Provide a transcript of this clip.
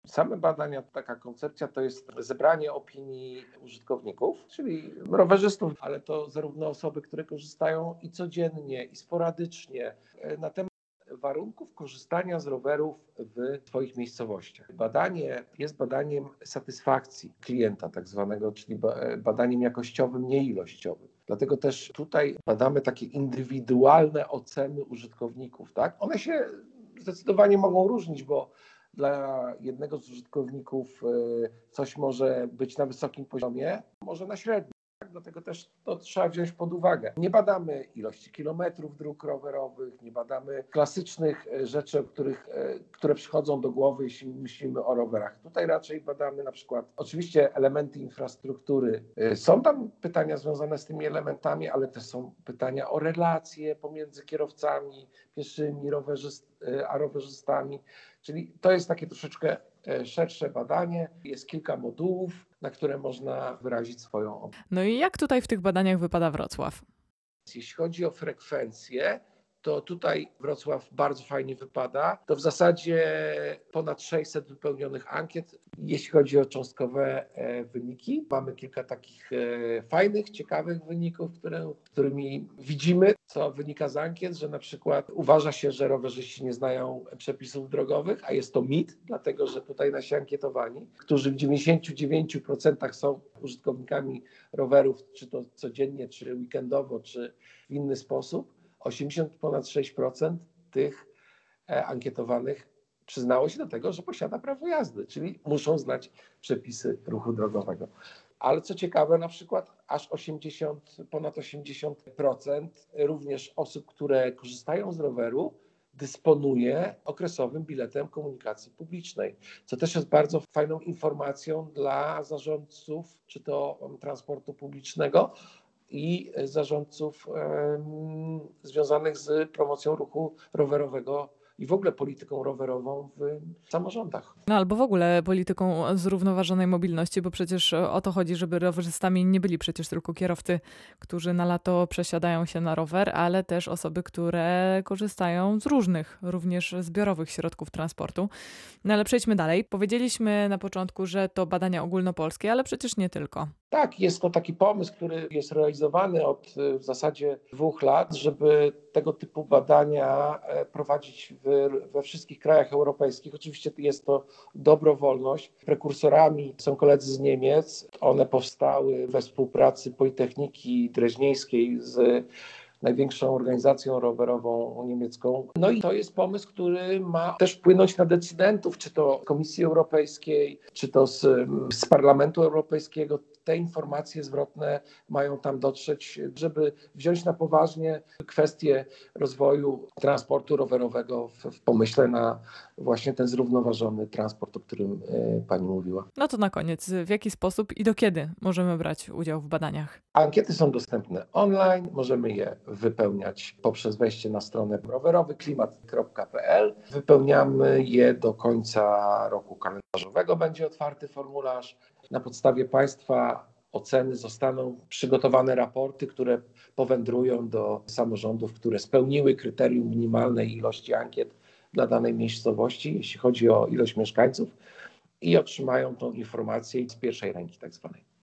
Same badania, taka koncepcja to jest zebranie opinii użytkowników, czyli rowerzystów, ale to zarówno osoby, które korzystają i codziennie, i sporadycznie na temat warunków korzystania z rowerów w swoich miejscowościach. Badanie jest badaniem satysfakcji klienta tak zwanego, czyli badaniem jakościowym, nie ilościowym. Dlatego też tutaj badamy takie indywidualne oceny użytkowników. Tak? One się zdecydowanie mogą różnić, bo dla jednego z użytkowników coś może być na wysokim poziomie, może na średnim. Dlatego też to trzeba wziąć pod uwagę. Nie badamy ilości kilometrów dróg rowerowych, nie badamy klasycznych rzeczy, które przychodzą do głowy, jeśli myślimy o rowerach. Tutaj raczej badamy na przykład oczywiście elementy infrastruktury. Są tam pytania związane z tymi elementami, ale też są pytania o relacje pomiędzy kierowcami, pieszymi, a rowerzystami. Czyli to jest takie troszeczkę szersze badanie. Jest kilka modułów, na które można wyrazić swoją opinię. No i jak tutaj w tych badaniach wypada Wrocław? Jeśli chodzi o frekwencję, to tutaj Wrocław bardzo fajnie wypada. To w zasadzie ponad 600 wypełnionych ankiet. Jeśli chodzi o cząstkowe wyniki, mamy kilka takich fajnych, ciekawych wyników, którymi widzimy, co wynika z ankiet, że na przykład uważa się, że rowerzyści nie znają przepisów drogowych, a jest to mit, dlatego że tutaj nasi ankietowani, którzy w 99% są użytkownikami rowerów, czy to codziennie, czy weekendowo, czy w inny sposób, ponad 6% tych ankietowanych przyznało się do tego, że posiada prawo jazdy, czyli muszą znać przepisy ruchu drogowego. Ale co ciekawe, na przykład aż ponad 80% również osób, które korzystają z roweru, dysponuje okresowym biletem komunikacji publicznej, co też jest bardzo fajną informacją dla zarządców, czy to transportu publicznego, i zarządców związanych z promocją ruchu rowerowego i w ogóle polityką rowerową w samorządach. No albo w ogóle polityką zrównoważonej mobilności, bo przecież o to chodzi, żeby rowerzystami nie byli przecież tylko kierowcy, którzy na lato przesiadają się na rower, ale też osoby, które korzystają z różnych, również zbiorowych środków transportu. No ale przejdźmy dalej. Powiedzieliśmy na początku, że to badania ogólnopolskie, ale przecież nie tylko. Tak, jest to taki pomysł, który jest realizowany od w zasadzie 2 lat, żeby tego typu badania prowadzić we wszystkich krajach europejskich. Oczywiście jest to dobrowolność. Prekursorami są koledzy z Niemiec. One powstały we współpracy Politechniki Dreźnieńskiej z największą organizacją rowerową niemiecką. No i to jest pomysł, który ma też wpłynąć na decydentów, czy to Komisji Europejskiej, czy to z Parlamentu Europejskiego. Te informacje zwrotne mają tam dotrzeć, żeby wziąć na poważnie kwestię rozwoju transportu rowerowego w pomyśle na właśnie ten zrównoważony transport, o którym pani mówiła. No to na koniec, w jaki sposób i do kiedy możemy brać udział w badaniach? Ankiety są dostępne online, możemy je wypełniać poprzez wejście na stronę rowerowyklimat.pl. Wypełniamy je do końca roku kalendarzowego, będzie otwarty formularz. Na podstawie Państwa oceny zostaną przygotowane raporty, które powędrują do samorządów, które spełniły kryterium minimalnej ilości ankiet dla danej miejscowości, jeśli chodzi o ilość mieszkańców, i otrzymają tą informację z pierwszej ręki tak zwanej.